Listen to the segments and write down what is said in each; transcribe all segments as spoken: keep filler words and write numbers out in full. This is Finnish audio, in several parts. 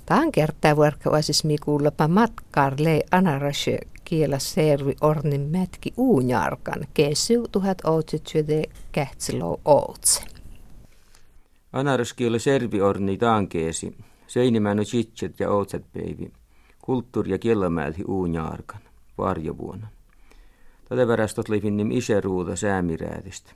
Tämän kertaa vuorkauasis mi kuulepa matkar lei anarashe kielä servi ornin mätki uunjarkan kesyy tuhat ootsytyöde kähtsilou ootse. Anaraskielä servi orni taankeesi, seinimään chitchet ja ootset peivi, kulttuuri- ja kielamäälhi uunjarkan, varjovuonna. Tätä värastot leifinnim iseruuta säämiräädistä.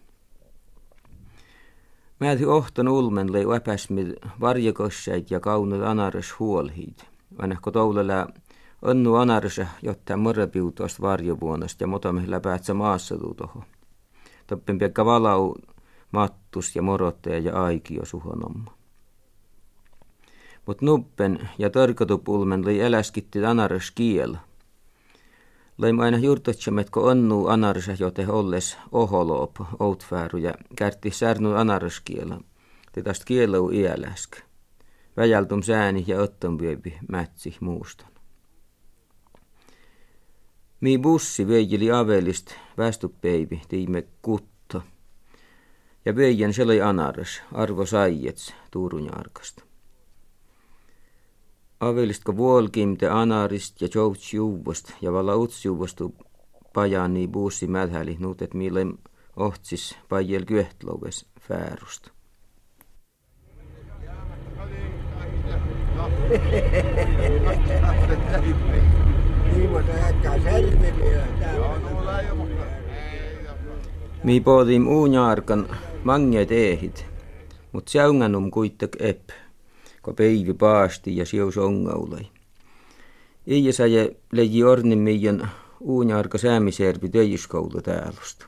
Määlhi ohton ulmen lei äpäsmid varjokossait ja kaunat anaras huolhiit. Vanhko toulella onnu anarsa, jotta mörrepiutosta varjovuonnasta ja motamme läpäätsä maassa tuutoho. Toppen piekka valau, mattus ja morottaja ja aikio suhonomma. Mut nuppen ja törkötupulmen lei eläskitti anaras kiel. Leim aina juurtotsametko onnu anarsa, jote olles oholoop, outfääru ja kärtti särnu anaraskiela. Tätästä kielau iäläsk. Väjältum sääni ja ottonpiepi mätsi muuston. Mii bussi veijili avelist västupeipi tiime kutto. Ja veijän seloi anaras, arvo saijets Tuurunjarkasta. Avelistko vuolkimte anarist ja jouts juuvost ja valla uts juuvostu pajani bussi mäthäli nuutet mille ohtsis pajel kyöhtlouves fäärusta. Mi poodim uunjarkan mangeet eehit, mut säunganum kuittek ep, ko peivi paasti ja sius ongaulai. Iia saje leji ornin meidän uunjarka säämiservi töiskoulu täälusta.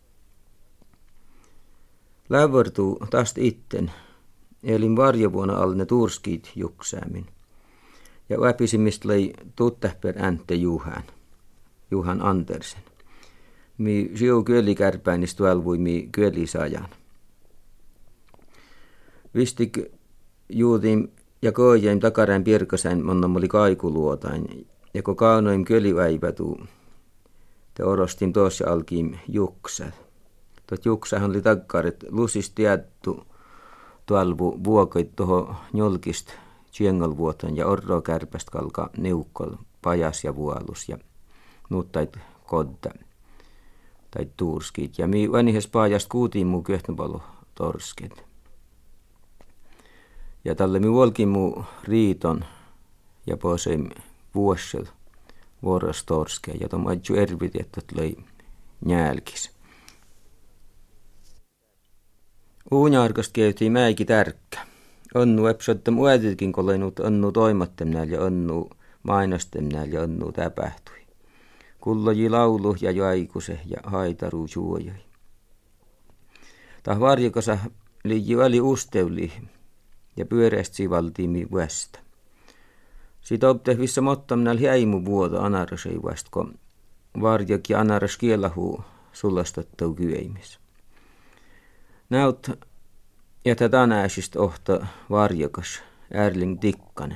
Lävörtuu täst itten, elin varjovuonna alne turskiit juksäämin. Ja väpisimistä lei tuttahper äntte Juhan, Juhan Andersen. Mi siu kyölikärpäinistä tuolvui mi kyölisajan. Vistik juutim ja koijaim takarään pirkasen monnam oli kaikuluotain, ja ko kaunoim kyöliväivätuu, te orostim tuossa alkiim juksat. Tot juksahan oli takkaret lusis tiettu tuolvu vuokoit toho njolkist tjengalvuotan ja orro kärpäst kalka neukkol pajas ja vuolus ja nuuttait kodda tai tuurskit. Ja mi vanihes paajast kuutiin muu kyöhtänpalo torsket. Ja tälle mi volkin muu riiton ja poseim vuossel vuoras torskea ja tom adju ervit, että löi njälkis. Uunjarkast käytiin mäiki tärkkä. Onnu epsottam uätitkin koleinut onnu toimattemnäl ja onnu mainostemnäl ja onnu täpähtui. Kulloji laulu ja jaikuse ja haitaru juojoi. Tah varjokosa liiji väli usteuli ja pyöreästi sivaltiimi västä. Siitä optehvissä mottamnäl häimu vuoto anarasei vastko varjok ja anaras kielahu sullastattou kyeimis. Näyt ja tätä nääsistä ohta varjokas Erling Tikkanen.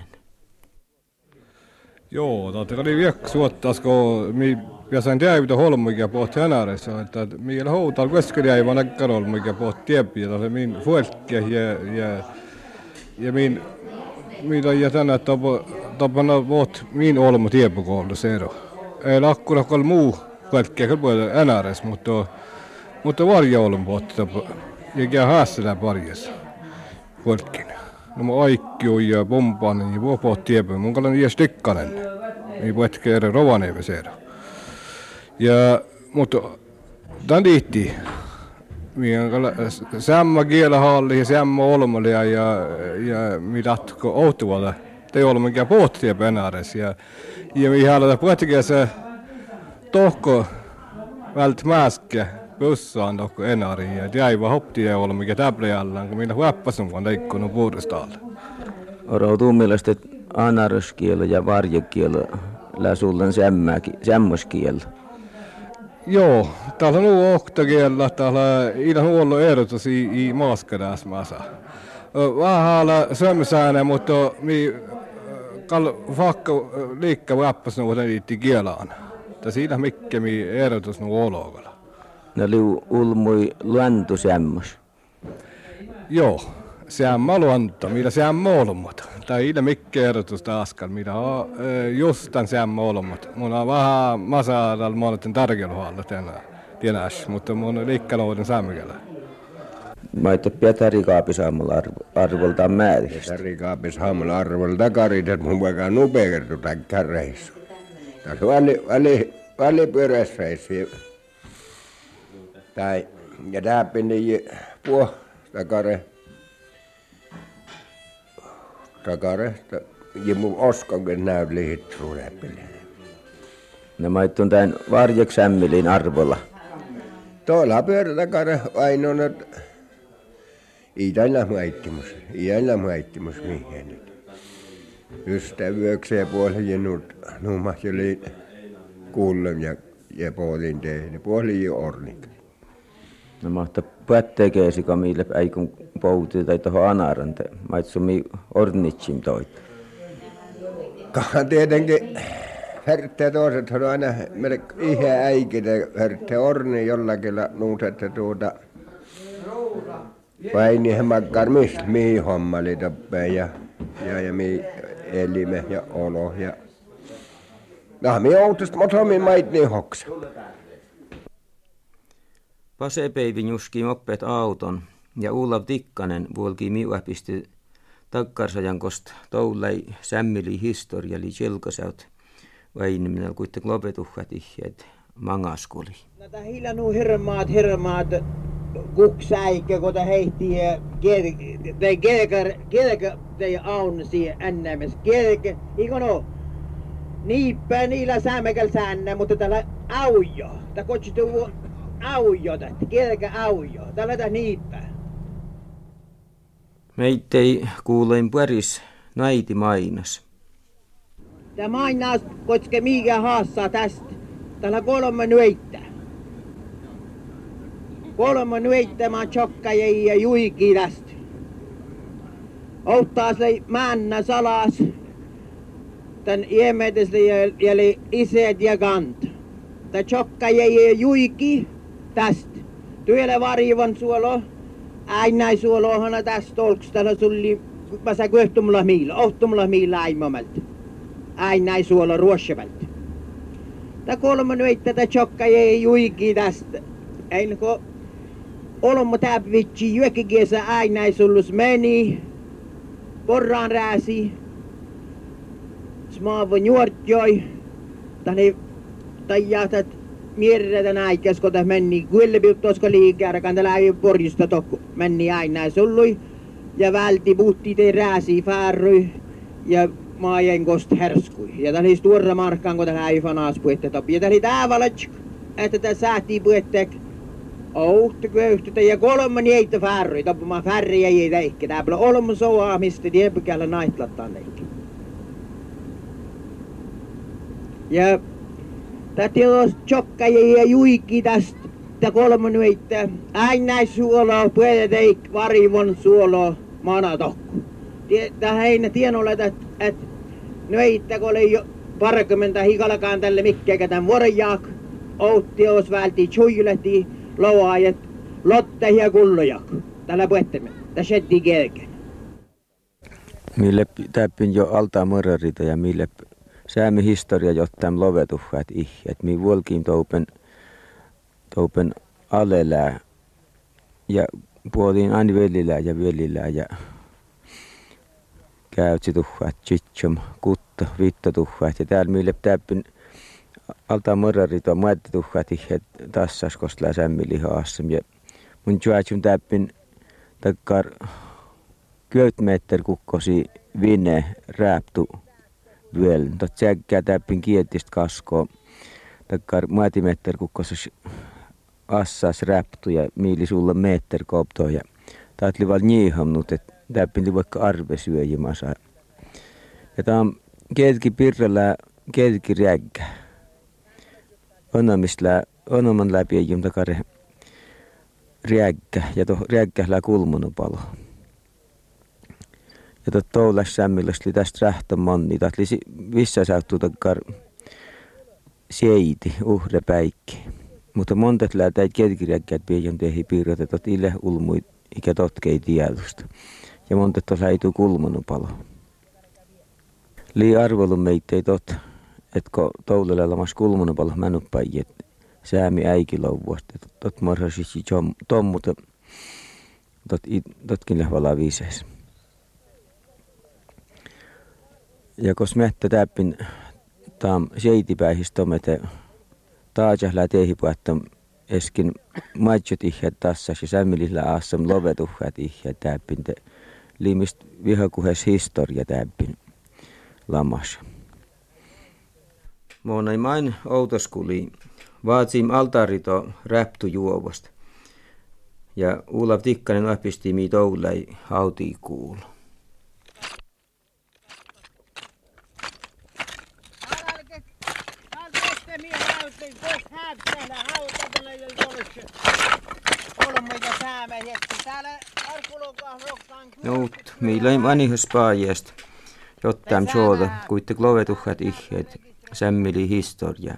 Joo, tämä oli viekka suottas, kun mi piasain täyvitä holmuikia pohti anaressa, että meillä houtal keskellä jäi vaan näkkär holmuikia pohti tiepi, ja tämä min fuelkkiä ja ja ja min mitä ja tänä tapa tapana vot min olmo tiepukolla sero. Ei lakkura kol muu fuelkkiä kol puolella anaressa, mutta mutta varjo olmo pohti tapa. Ja haastella parjassa fuelkkinä. No mä aikkiu ja pompaan ja voi pohti tiepä. Mun kallan iäs Tikkanen. Ei voi etkä eri Rovaniemen seera. Ja mutta tän tihti. Mihin sämmä kielahalli ja sämmä olmalia ja, ja mitatko outuvalta. Te olemme mikä pohti tiepä enääres. Ja, ja mihin halutaan pohtikin se tohko vält mäskä. Bussaan tokko enari ja jäivä hoptia olla mikä täpläjällaan, kun minä huoppasun vaan leikkunut puhdestaalla. Oroutuu mielestä, että anaraskielo ja varjokielo läsullan semmoskielo. Joo, täällä on ollut oktakielä, täällä on ollut ehdotus i, i maaskadäsmässä. Vähällä sömsäänä, mutta mi kall fakka liikka huoppasun vaan liitti kielaan. Siinä mikä mi ehdotus on ologalla. Ne oli ulmui luentu semmos. Joo, se on maluanto, mitä se on molmot. Tai ile mikä erotusta askan, mitä on just tämän se on molmot. Mun on vähän masaadalla monetten tarkeluhalla tänään, mutta mun on liikkanouden saamikellä. Mä et ole Pietari-kaapis aamulla arvoltaan määristä. Pietari-kaapis aamulla arvoltaan karitet mun vaikka nupeakertu takkään reissu. Tässä väli, väli, välipyöräisreissu. Tai, ja tää pinni puo takare. Takare, ja mun oskonkin näy liittuu läpille. No mä et on tän varjeksämmilin arvolla. Tuolla pyörä takare ainoa, että ei tällä maittimus, ei tällä maittimus mihin nyt. Ystävyökseen puolella nyt nuumahjeli kuullem ja, ja puolin tehdä, puolin jo ornik. No mahtaa päättekeesi, kun meille ei kun poutii tai tuohon anaran, mä et sun ornitsim toit. Kahan tietenkin Hertte toiset on aina ihan äikitä, Hertte orni jollakin nuusetta tuota vain ihan makkaan mistä, mihin homma oli toppeen ja, ja, ja mihin elime ja olo ja nah, mi outosta motomin mait niin hoksa. Pase Päivin Juski oppeet auton ja Uulav Tikkanen vuolki miuapisti takkarsajan kost toulai sämmili historiali jelkosaut vain minä kuitenkin lopetuhat ihjeet mangaskuli. Näitä hiljanu hirmaat hirmaat kuksäikä, kun te heitti tai kelkä kelkä te aun siihen ännämässä kelkä iko no niippä niillä säämäkäl säännä, mutta tällä aujo tää kutsutuu aujo tästä kelkä aujo tällä tää niippä. Meittei kuulein päris naiti mainas. Tää mainas koske mikä haassaa tästä. Tällä kolme nyöittä. Kolme nyöittä mä tjokkajia ja juikii tästä. Outtaa se männä salas. Tän iemetästä jäli iseet ja kant. Tää tjokkajia ja juikii tästä. Työllä varivon suolo. Äinäi suolohana tästä olks tällä sulli. Mä sä köhtumulla miillä. Ohtumulla miillä aimamalta. Äinäi suolo ruossevältä. Tää kolme nyöittä tää tjokkajia ja juikii tästä. Ein ko olmo tää vitsi juokikiesä äinäi sullus meni. Porraan rääsi. Smaavo nuortjoi. Täni tajahtat mierretän äikäs, kun täs meni kuillepiuttosko liikääräkään tällä ei porjusta tokku. Meni äinäi sullui. Ja välti puhti te rääsi fäärryi. Ja maajen kost herskui. Ja tällä oli tuorra markkaan, kun tällä ei fanaas puhutte topi. Ja tällä oli tää valatsk, että tää säätii puhuttek. Ouhtu köyhtytä ja kolme niitä färryi. Toppumaan färriä ei teikki. Tää on olmu soaa, mistä tiepykällä naitlattaan teikki. Ja tätä on tjokkajia ja juikki tästä. Tää kolme niitä. Äinäis suoloa, puhutte teik, varivon suoloa, manatokku. Tää heinä tienolla, että et, nyitä kun oli jo parkymmentä hikalakaan tälle mikkeäkä tän vuorenjaak. Outti os välti tjuilehti. Loaajat, lotte ja kullojak. Tällä puhuttemme. Tässä ettii kelken. Mille täppin jo altaa morarita ja mille säämi historia jotain lovetuhat ihjät. Mi vuolkiin toupen, toupen alelää ja puoliin aina velilää ja velilää ja käytsi tuhat, tsitsum, kutta, vitta tuhat. Ja täällä mille täppin alta morarito muotti tuhat ihjät tassas kostlaa sämmili haassam ja mun juotsun täppin takkar kyötmeetter kukkosi vine rääptu vyöl. Tot säkkää täppin kietistä kaskoo takkar muotimeetter kukkosi assas rääptu ja miili sulla meetter kooptoa ja taat li val niihamnut, et täppin li vaikka arvesyöjimasa. Ja tää on kietki pirrellä kietki rägkä. Onomista onoman läpi ei takare rägkä ja to rägkählää kulmunupalo. Ja to toulas sämmilös li tästä rähtön monni, taat li vissa saattu takar seiti uhre päikki. Mutta montet lää täit kietki rägkäät piijon tehi piirrotet, tot ille ulmuit ikä totkei tiedusta. Ja monta tuossa ei tule kulmunupalo. Lii arvolu meitä ei tot, etkö toulella lamas kulmunupalo mänuppäin, että säämi äikilouvuosta. Tot marhasisi tommuta, tot, totkin lähvalaa viiseis. Ja kos mättä täppin taam seitipäihis tomete taajahla tehipuetta eskin maitsot ihjät tassas ja sämmilillä aassam lovetuhjat ihjät täppin te liimist vihakuhes historia täppin lamas. Monai main outoskuli vaatsim altarito räptu juovosta ja Uulav Tikkanen apisti mii toulai hautii kuulu. Nout, meillä ei vanihus paajasta, jotain suoda, kuitte klovetuhat ihjeet, sämmili historiaa.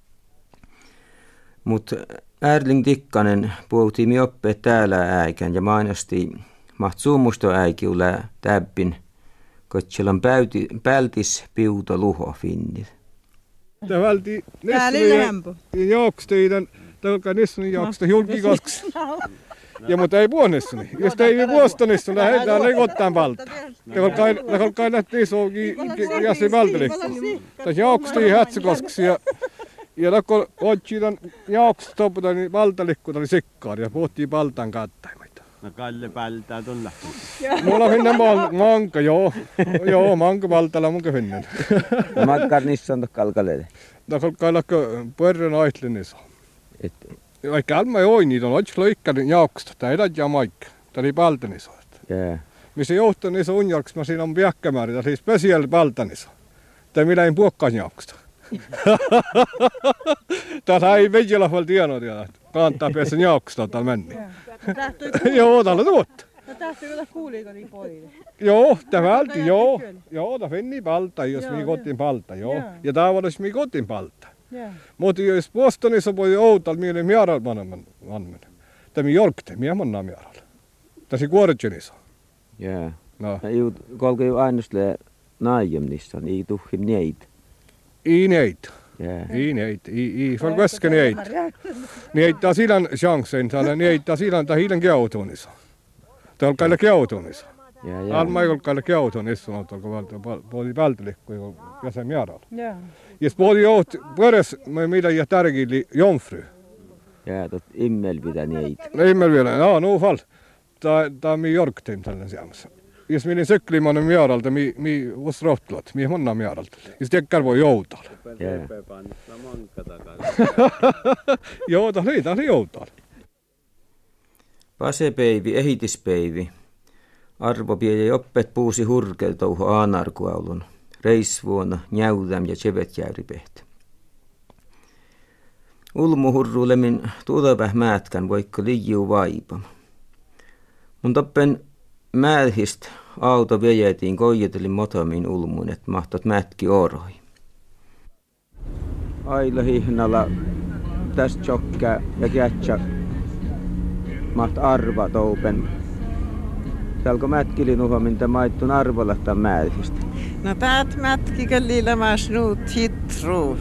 Mut Erling Tikkanen puhutti mi oppeet täällä äikän ja mainosti maht suumusto äikiulää täppin, kotselan pältis piuta luho finnit. Tämä välti nessunen jaoksteiden, tälkä nessunen jaoksteiden julkikoks. Ja mutta ei puonessuni. Jos te ei puostanissa, lähdetään leikottaan valta. Te olkaa lähti isoakin jäsen valtalikko. Tässä jaokstiin hätsäkoski ja ja lakko otsitaan jaoksi toputa niin valtalikko oli sikkaari ja puhuttiin valtaan kattaimaita. No Kalle päältää tulla. Mulla on hinnan manka, joo. Joo, manka valtalla mun hinnan. No makkar niissä on kalkaleille. No kalkaa lakko puerren aitlinissa. Vaikka alma ei oi, niitä on otsi loikkarin jaoksista. Tää edät ja maikka. Tää oli paltanissa. Jää. Missä johtaa niissä unjarks, mä siinä on piäkkämäärin. Tää oli spesiaali paltanissa. Tää millä ei puokkaan jaoksista. Tässä ei vedellä vielä tienoa tiedä. Kantaa päässä jaoksista täällä mennä. Joo, täällä tuotta. No tästä kyllä kuuliiko niin poille? Joo, tämä välti, joo. Joo, tämä finni palta, jos minä kotiin palta, joo. Ja tämä olisi minä kotiin palta. Mutta jos Bostonissa voi outaa, minä olen määrällä vanhan. Tämä jorkte, minä olen määrällä. Tässä kuoretjenissa. Joo. No. Kolko jo ainosle naajem niissä, ei tuhim neitä. Ei neitä. Yeah. Ei neitä, ei, ei, for koska neitä. Neitä silän chanssin, neitä silän tai hiilen käytunissa. Tämä on kailla käytunissa. Alma ei ole kailla käytunissa, mutta oli välttälikko jo jäsen määrällä. Ja puoli johti, puoles mitä ja tärkeili jomfru. Ja, tot immel pitää neitä. Immel vielä, no, no fall. Tämä on minun jorkteim tällainen seamassa. Jos minä syklimannen määräältä, minä olisi rohtulat, minä monna määräältä. Ja sitten ekkär voi joutaa. Joo, tämä oli, tämä oli joutaa. Pasepeivi, ehitispeivi. Arvo pieni oppet puusi hurkeltouhu aanarkuaulun. Reisvuonna, njäudäm ja tsevetjäyripehti. Ulmuhurrulemin tuotaväh määtkän voikko liijiu vaipam. Mun toppen määhistä auto viejetiin koijetelin motomiin ulmuun, että mahtot mätki oroi. Aila hihnalla tästä tjokkää ja kätsä maht arva toupen. Tälkö mätkili nuhominta maittun arvolahtaa määhistä? No päät mätkikö liilamas nuut hitruu.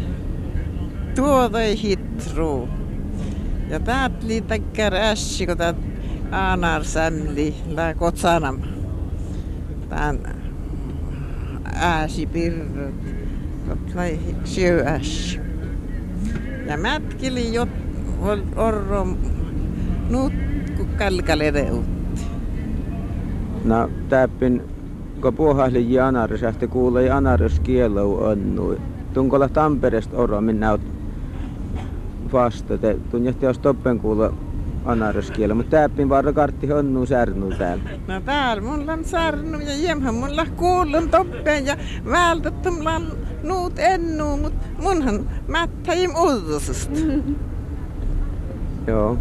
Tuodoi hitruu. Ja päät liitäkkär ässi, kun täät Aanar sämli la kotsanam. Tän ääsi pirrot. Kotlai syöäs. Ja mätkili jot orro nuut kalkalereut. No täppin kun puuhahli anaris, että kuulee anaris kielou onnui. Tunkolla Tampereesta orro minä oot vasta. Te tunjahti jos toppen kuulla anaruskielä, mutta täppin varra kartti onnuu särnuu täällä. No täällä mulla on särnu ja jemhän mulla kuullun toppen ja vältettä mulla on nuut ennuu, mut munhan mättäjim uudusesta. Joo.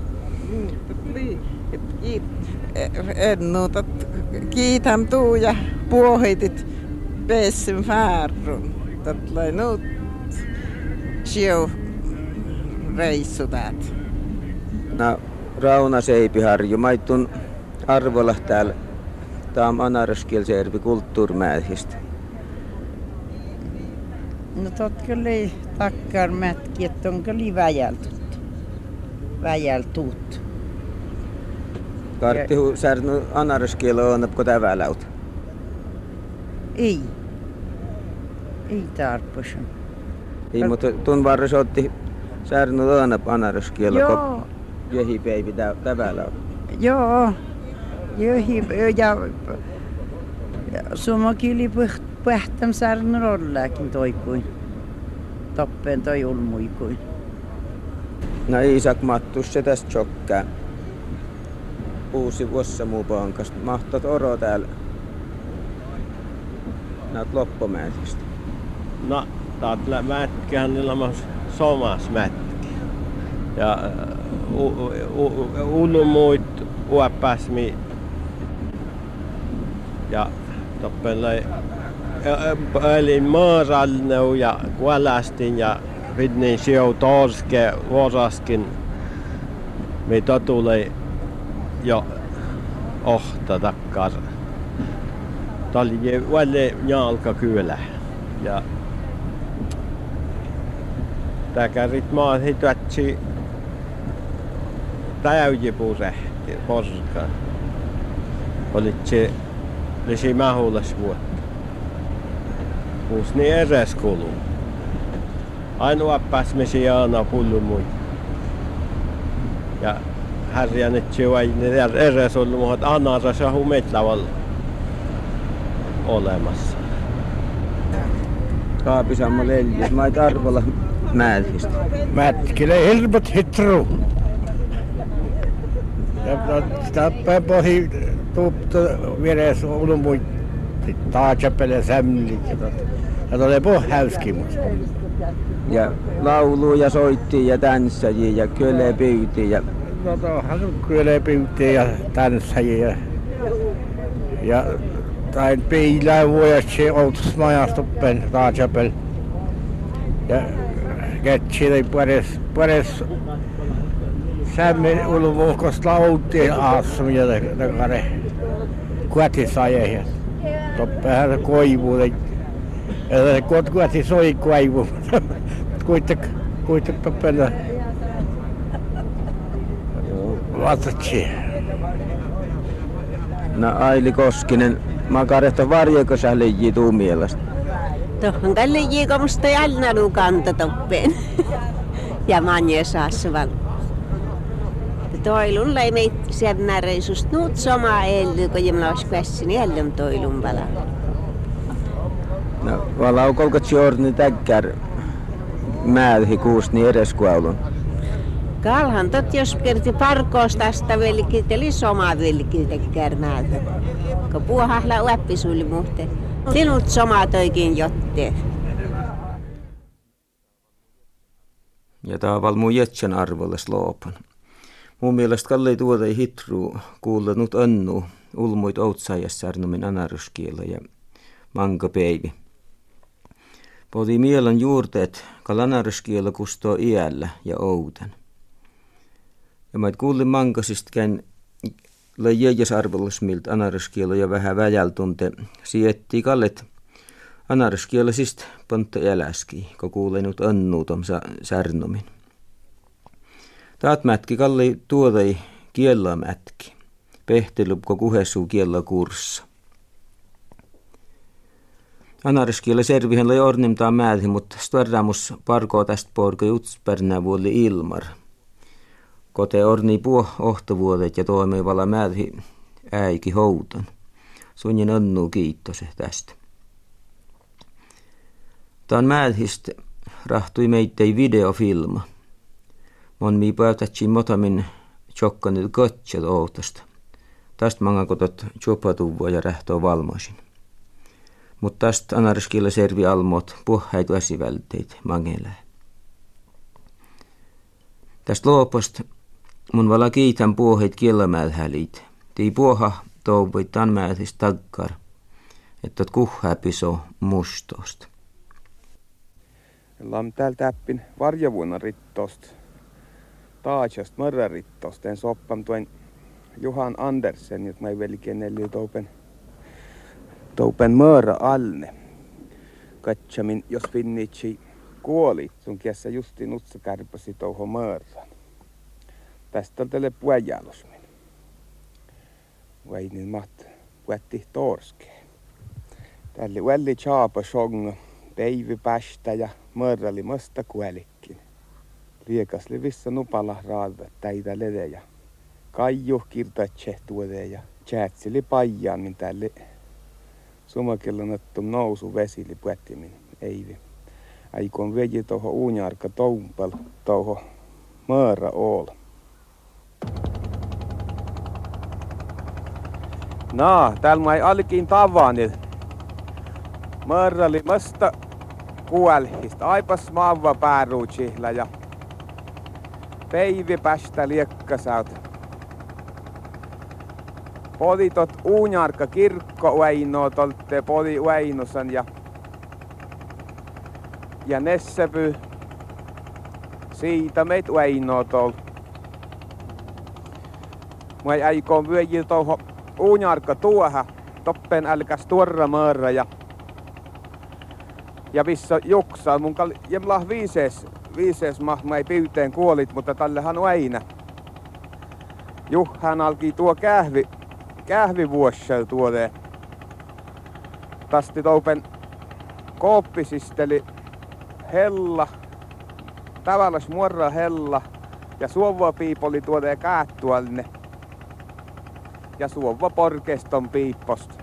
Ennuu, kiitän tuu ja puohitit peessin fäärrun. Tätlai nuut siu reissu täät. No, Rauna Seipiharju, maittun arvolla täällä Tämä on Anaraskielservi kulttuurimääristä. No tot kyllä ei takkar mätki, että on kyllä väjältut. Väjältut. Karttihu särnu Anaraskielä on, kun tämä läut? Ei. Ei tarpeeksi. Ei, mutta tuon varres otti särnu on Anaraskielä, kun jehipäivi tämä läut. Joo. Jehi ja summa kili pähtäm särnu rollaakin toikuin. Toppeen toi ulmuikuin. No Iisak Mattus se tästä chokkää. Uusi vuossa muu pankasta. Mahtot oro täällä. Näet loppumääristä. No, täällä mätkihän niillä on somas mätki. Ja ulmuit uopasmi. Ja toppen lai Eli maarallneu ja kuolastin ja vidnin siu torske vuoraskin. Mitä tulee jo ohta takkar. Tämä oli välillä jalka kyllä. Ja tämä kärit maa hituatsi täyjipuusehti poskaan. Olitsi lisi mahulas vuotta. Uusni eräs kuluu. Ainoa pääsmisi aina pullu mui. Ja härjän etsi vain eräs ollut, mutta annaansa se on metlävällä olemassa. Kaapisamma leljus, mä et arvolla määristä. Mätkille helpot hitru. Ja tappaa pohi tuupta vieres ulumuit. Taajapelle sämlit. Ja tulee pohäyskimus. Ja laulu ja soitti ja tanssajia ja kölepyyti ja... No tuohan kölepyyti ja tanssajia. Ja tain peilää vuojatsi outusmajastoppen Taajapelle. Ja kätsili pares, pares sämmin ulumuukosta lautti aassumia takare kuotisajeja. Toppehän koivuu. Ja kotkuati soi koivu. Kuitek, kuitek toppena. Vastatsi. No Aili Koskinen, makarehto varjoko sä leijii tuu mielestä? Tohon kai leijii komusta jalnalu kanta toppeen. Ja manje saassuvan. Toilun lai meit sieltä nuut somaa elly, kun jemla olisi päässyt jälleen toilun palaan. No, vala on kolkat siorni täkkär määhi kuusti edes kuulun. Kalhan tot jos kerti parkoostasta velkiltä, eli somaa velkiltä täkkär määhi. Kun puuhahla uäppisuli muhte. Sinut somaa toikin jotte. Ja tää on val mun jetsän arvolles loopan. Mun mielestä kallei tuota ei hitruu kuulla nyt annu ulmuit outsaajassaarnomin anaruskielä ja mankapeivi. Poti mielon juurteet, kal anaruskielä kustoo iällä ja outen. Ja mä et kuulin mankasista käin lai jäjäsarvollis miltä anaruskielä ja vähän väjältunte siettii kallet anaruskielä sist pantta jäläski, kun kuulin nyt annu tomsa särnomin. Taat mätki kalli tuodai kiellä mätki. Pehtelupko kuhessuu kiellä kurssa. Anariskielä servihän lai ornimtaa määthi, mutta stvardamus parkoo tästä porko jutspärnää vuoli ilmar. Kote orni puo ohtovuodet ja toimii vala määthi äiki houton. Sunnin annu kiittose tästä. Tämän määthistä rahtui meittei videofilma. Mon mii päätätsi motamin tjokkanit kotsat outosta. Tästä mangakotot tjopatuvua ja rähtoo valmoisin. Mut tästä anariskilla servi almot puhhait väsivälteit mangelää. Tästä looposta mun vala kiitän puoheit kiellämääthäliit. Tii puoha touvit tan määthis takkar, että kuhhää piso mustosta. Ollaan täällä täppin varjavuonna rittosta. Taajast mörrärittosta. En soppam tuen Johan Andersen, jota mä ei velkeen neljä toupen Toupen möörä alne. Katsamin, jos finnitsi kuoli, sun kiessä justi nutsa kärpäsi touho möörän. Tästä on tälle puajalosmin. Vainin mat puetti torskeen. Tälle välli chaapa songa, päivy päästä ja möörräli möstä kuelikkin. Liekasli vissa nupala raadvat täitä ledejä. Kaiju kirtatse tuode ja tjäätsili paijaan, min tälle sumakella nattum nousu vesili puettimin eivi. Aikon veji toho uunjarka toumpal toho möörä ool. Naa, täällä mä ei alkiin tavanil. Möörräli möstä kuelhista. Aipas maava pääruutsihla ja päivi päästä liekkasaut. Poditot uunjarka kirkko uäinoo tolte podi uäinosan ja ja nessepy siitä meitä uäinoo tol. Mä ei aikoon vyöjil touho uunjarka tuoha toppen älkäs tuorra möörä ja ja missä juksaa mun kal jemlah viises viises mah mä ei pyyteen kuolit mutta tallehan uäinä. Juhhan alki tuo kähvi kähvivuossel tuode. Tasti toupen kooppisisteli hella, tavallas muorra hella ja suova piipoli tuode käättualne ja suova porkeston piippost.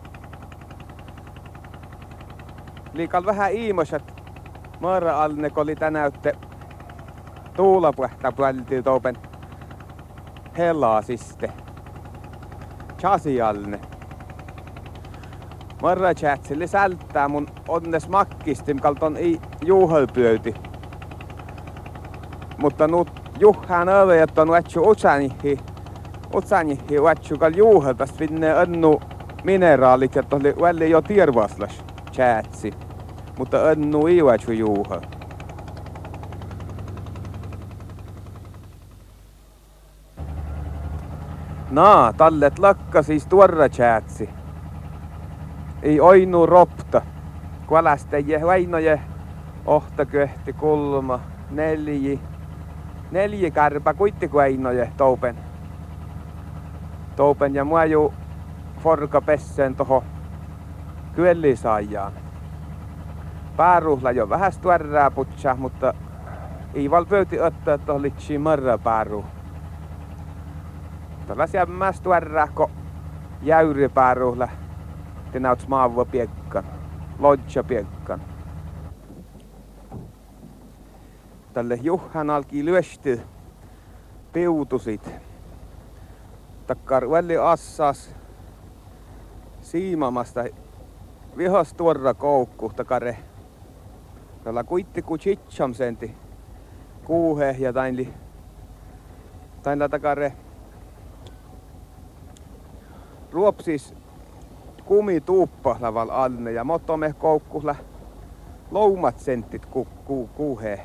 Liikal vähän iimoset muorra alne oli tänäytte tuulapuhta puolti toupen hellaa siste. Chasialne. Marra chatsille sälttää mun onnes makkistim kalton ei juuhalpyöti. Mutta nyt juhhaan öve, että on vatsu utsanihi. Utsanihi vatsu kal juuhalpas finne annu mineraalit, että oli välillä jo tiervaslas chatsi. Mutta annu ei vatsu juuhal. Naa, tallet lakka siis tuorra chatsi. Ei oinu ropta. Kualasteje, vainoje, ohtaköhti, kulma, nelji. Nelji kärpä, kuittiku ainoje, toupen. Toupen ja mua juu forka pesseen toho kyellisaajaan. Pääruhla jo vähäs tuorraa putsa, mutta ei val pöyti ottaa, että olitsi marra pääruh. Tällaisia mäs tuorraa, ko jäyri pääruhla. Te nauts maava piekkan, lodja piekkan. Tälle juhhan alki lyösti piutusit. Takkar välli assas siimamasta vihas tuorra koukku takare. Tällä kuitti ku chitsam senti kuuhe ja tainli tainla takare ruopsis kumi tuuppa laval alne ja motome koukkuhla loumat sentit ku, ku, kuuhe.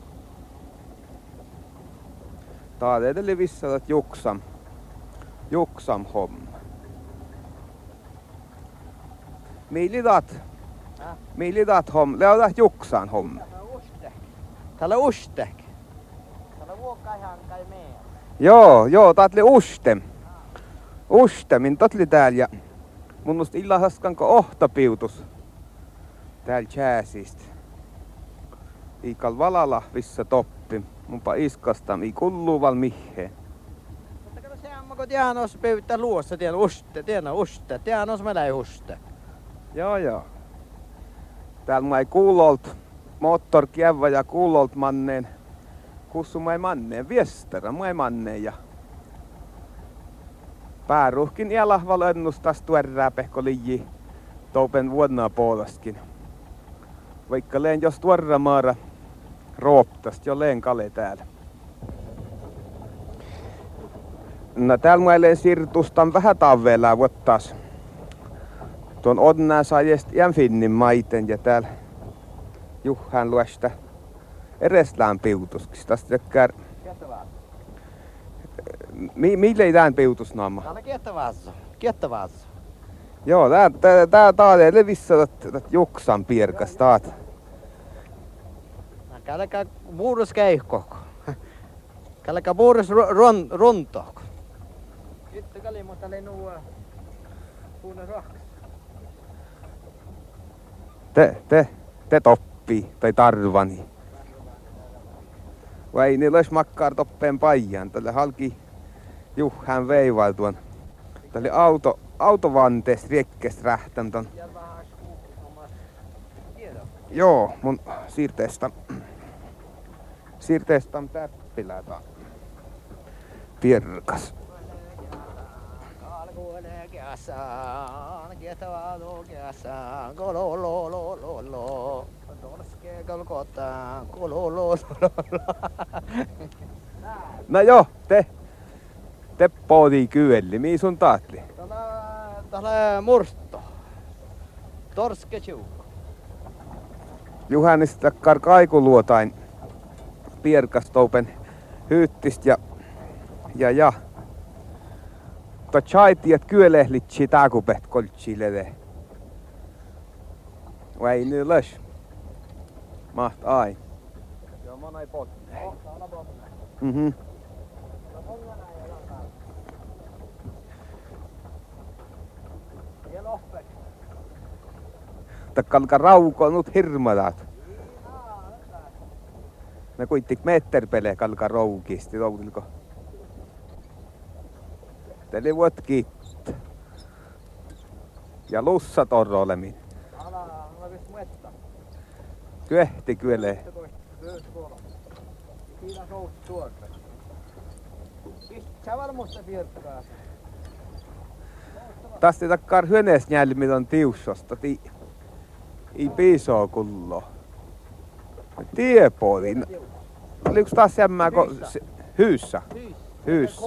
Taadeedeli vissalat juksam. Juksam homma. Milidat. Milidat homma. Leudat juksaan homma. Tällä ustek. Tällä vuokaihan kai meidän. Joo, joo, tatli ustem. Ustemin tatli täällä ja mun musta illa haskanko ohtapiutus täällä chääsistä. Iikal valala vissa toppi. Munpa iskastam ei kulluu val miheen. Mutta kato se amma kun tiedän os pöyttä luossa tiedän uste, tiedän uste, tiedän os mä läi uste. Joo joo. Täällä mä ei kuulolt moottorkievä ja kuulolt manneen. Kussu mä ei manneen viestera, mä ei manneen ja pääruhkin iälahval ennustas tuerää pehko liiji toupen vuonna puoleskin. Vaikka leen jos tuorra maara rooptast jo leen kale täällä. No täällä mä leen sirtustan vähän tavvelaa vuottaas. Tuon onnää saajest iän finnin maiten ja täällä juhhan luosta ereslään piutuskista. Tästä tekkär Mi mille ei tään piutusnaama? Täällä kiettävässä. Kiettävässä. Joo, tää, tää, tää taadee levissä tät juksan pirkas taat. Källäkä puurus keihkoko. Källäkä puurus run, runtoko. Itse käli, mutta oli nuu puuna rahkas. Te, te, te toppii, tai tarvani. Vai niillä olisi makkaar toppeen paijan. Tällä halki juhään veivail tuon. Tällä auto, autovanteesta riekkest rähtän ton. Joo, mun siirteestä. Siirteestä on täppilä taa. Pirkas. No joo, te. Te poodi kyelli. Mii sun taatli? Tällä mursto. Torske tjuukko. Juhannista takkar kaikuluotain pierkastoupen hyyttist ja ja ja. To chaitiet kyölehlitsi taakupet koltsi leve. Vai nyt lös. Maht ai. Joo, mä näin pot. Mhm. Takkalka rauko nyt hirmalat. Me kuittik metterpele kalka roukisti routilko. Teli vuotki. Ja lussa torrolemin. Kyehti kyölee. Tästä takkar hyönees njälmit on tiussosta. Ti... Ei piisoo kullo. Tiepoodin. Oliks taas jämmää ko... Hyyssä. Hyys.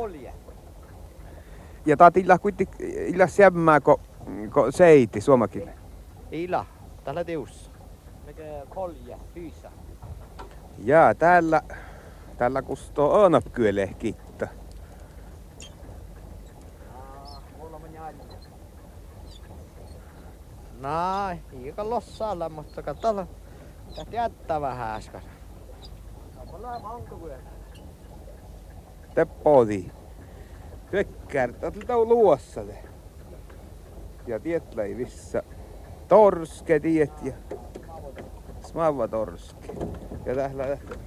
Ja taat illa kuitti illa jämmää ko... ko seiti suomakille. Illa. Tällä tiussa. Mikä kolje. Hyyssä. Jaa, täällä... Täällä kustoo Öönapkyölehkitta. Nai, hiukan lossalla, mutta katsotaan. Tähti jättää vähän äsken. Teppoodi. Tökkärtä, tältä on luossa te. Ja tietlei vissä. Torske tiet ja... Smava torske. Ja tähllä lähtee.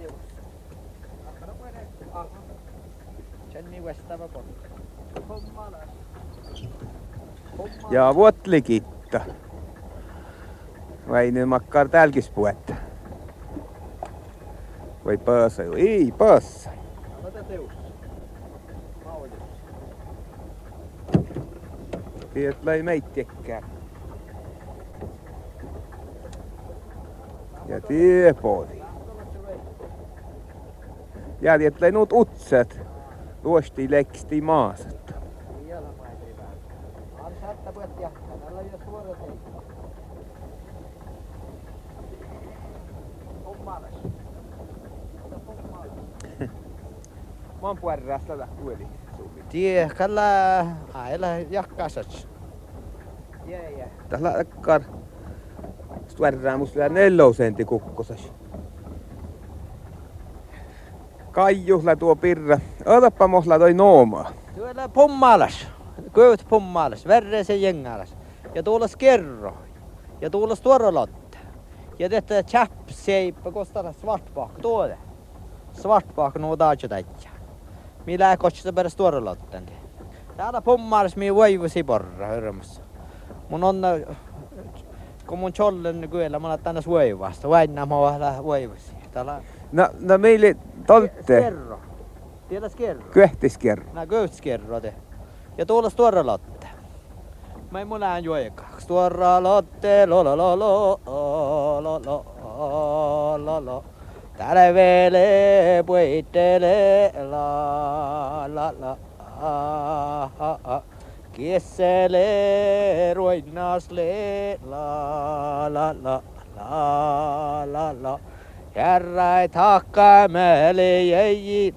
Ja vuotlikitta. Vai ne makkar täälkis puetta? Vai pöössä? Ei, pöössä. Tietlei meittiekään. Ja tiepoodi. Ja tietlei nuut utset. Luosti leksti maasat. Mä oon puolella tätä kuoli. Tie, kalla aila jakkasats. Jee, jee. Tällä akkar. Stuerraa musta vielä nellousentti kukkosas. Kaijuhla tuo pirra. Otappa mohla toi noomaa. Tuolla pommalas. Köyt pommalas. Värre se jengalas. Ja tuolas kerro. Ja tuolas tuorolotta. Ja detta chapseippa kostar svartbak. Tuolle. Svartbak nuo taatsa täitsä. Millä ei kotsita peräs tuorolotten. Täällä pommalas mii voivusi porra hörmässä. Mun on... Kun mun chollen kyllä, mä oon tänne voivasta. Vainna mä oon voivusi. Täällä... No, no meille tolte. Kerro. Tiedäs kerro. Kyhtis kerro. Nää köyhtis kerro te. Ja tuolas tuorolotte. Mä ei mun ään juoikaks. Tuorolotte, lo lo lo lo lo lo lo lo. Täällä vele puittele la la la a a a. Kissele ruinnasle la la la la la la. Järrai takka meille jäi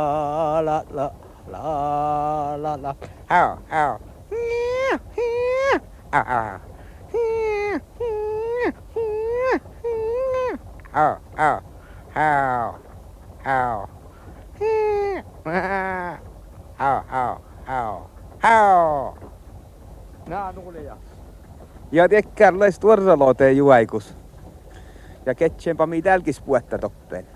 la la la la la la. Hau hau. Au, au, au, au. Au, au, au, au. Nää nuulia. Ja tekkärläis tuorsalote juaikus. Ja ketsempa mi tälkis puetta toppeen.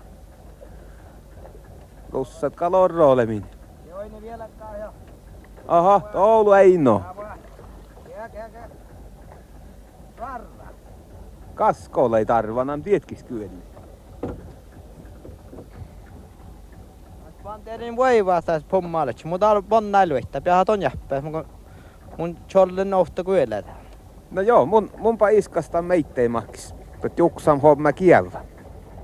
Lussat kalorro olemin. Joo, ne vieläkään jo. Aha, Oulu ei no. Kaskolle ei tarvanan tietkis kyllä. Panterin voivaa tässä pommalle, mutta on ponnailuita, piahat on jäppää, mun chollen nouhta kyllä. No joo, mun, munpa iskasta meittei makis. Tot juksam homma kieltä.